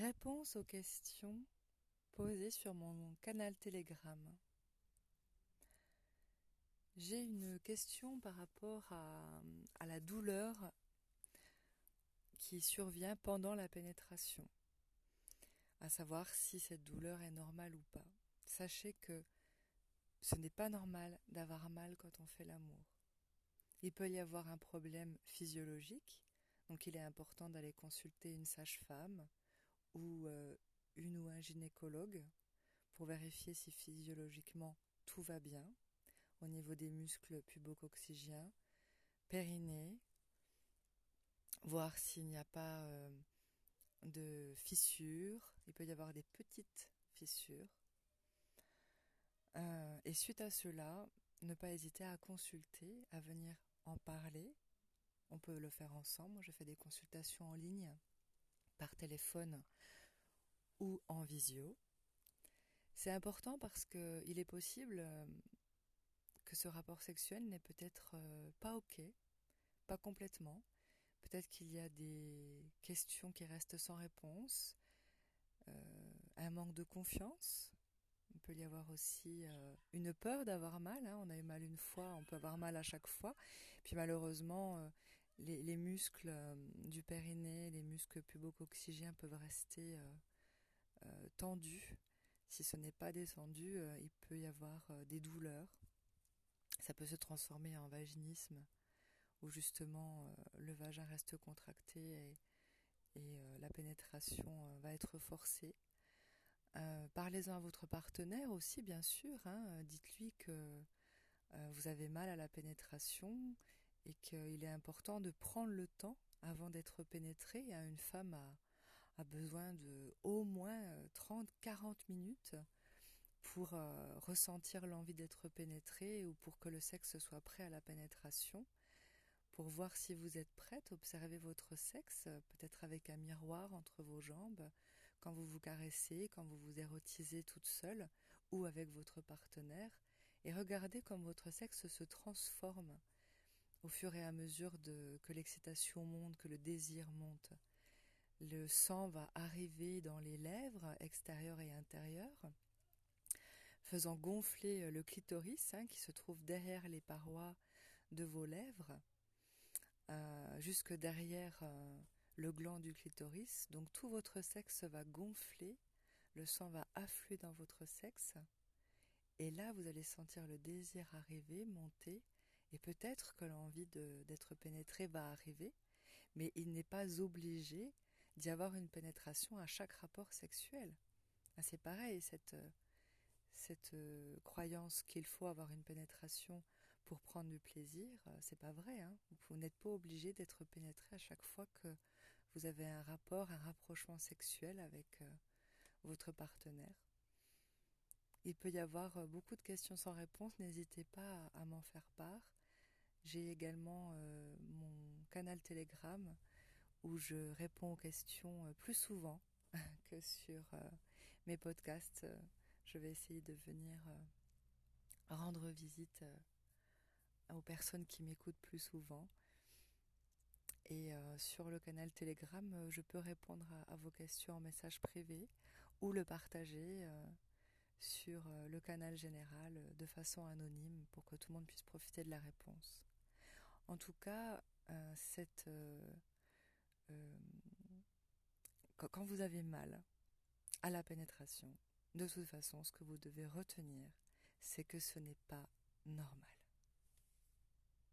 Réponse aux questions posées sur mon canal Telegram. J'ai une question par rapport à la douleur qui survient pendant la pénétration, à savoir si cette douleur est normale ou pas. Sachez que ce n'est pas normal d'avoir mal quand on fait l'amour. Il peut y avoir un problème physiologique, donc il est important d'aller consulter une sage-femme ou une ou un gynécologue pour vérifier si physiologiquement tout va bien au niveau des muscles pubocoxygiens, périnée, voir s'il n'y a pas de fissures. Il peut y avoir des petites fissures. Et suite à cela, ne pas hésiter à consulter, à venir en parler. On peut le faire ensemble. Moi, je fais des consultations en ligne, par téléphone ou en visio. C'est important parce qu'il est possible que ce rapport sexuel n'est peut-être pas OK, pas complètement. Peut-être qu'il y a des questions qui restent sans réponse, un manque de confiance. Il peut y avoir aussi une peur d'avoir mal. On a eu mal une fois, on peut avoir mal à chaque fois. Puis malheureusement, les muscles du périnée, les muscles pubocoxygiens peuvent rester tendus. Si ce n'est pas descendu, il peut y avoir des douleurs. Ça peut se transformer en vaginisme, où justement le vagin reste contracté et la pénétration va être forcée. Parlez-en à votre partenaire aussi, bien sûr. Dites-lui que vous avez mal à la pénétration et qu'il est important de prendre le temps avant d'être pénétré. Une femme a besoin de au moins 30-40 minutes pour ressentir l'envie d'être pénétrée ou pour que le sexe soit prêt à la pénétration. Pour voir si vous êtes prête, observez votre sexe, peut-être avec un miroir entre vos jambes, quand vous vous caressez, quand vous vous érotisez toute seule ou avec votre partenaire, et regardez comme votre sexe se transforme au fur et à mesure que l'excitation monte, que le désir monte. Le sang va arriver dans les lèvres extérieures et intérieures, faisant gonfler le clitoris qui se trouve derrière les parois de vos lèvres, jusque derrière le gland du clitoris. Donc tout votre sexe va gonfler, le sang va affluer dans votre sexe, et là vous allez sentir le désir arriver, monter, et peut-être que l'envie d'être pénétré va arriver, mais il n'est pas obligé d'y avoir une pénétration à chaque rapport sexuel. C'est pareil, cette croyance qu'il faut avoir une pénétration pour prendre du plaisir, c'est pas vrai. Vous n'êtes pas obligé d'être pénétré à chaque fois que vous avez un rapport, un rapprochement sexuel avec votre partenaire. Il peut y avoir beaucoup de questions sans réponse, n'hésitez pas à m'en faire part. J'ai également mon canal Telegram où je réponds aux questions plus souvent que sur mes podcasts. Je vais essayer de venir rendre visite aux personnes qui m'écoutent plus souvent. Et sur le canal Telegram, je peux répondre à vos questions en message privé ou le partager sur le canal général de façon anonyme pour que tout le monde puisse profiter de la réponse. En tout cas, quand vous avez mal à la pénétration, de toute façon, ce que vous devez retenir, c'est que ce n'est pas normal.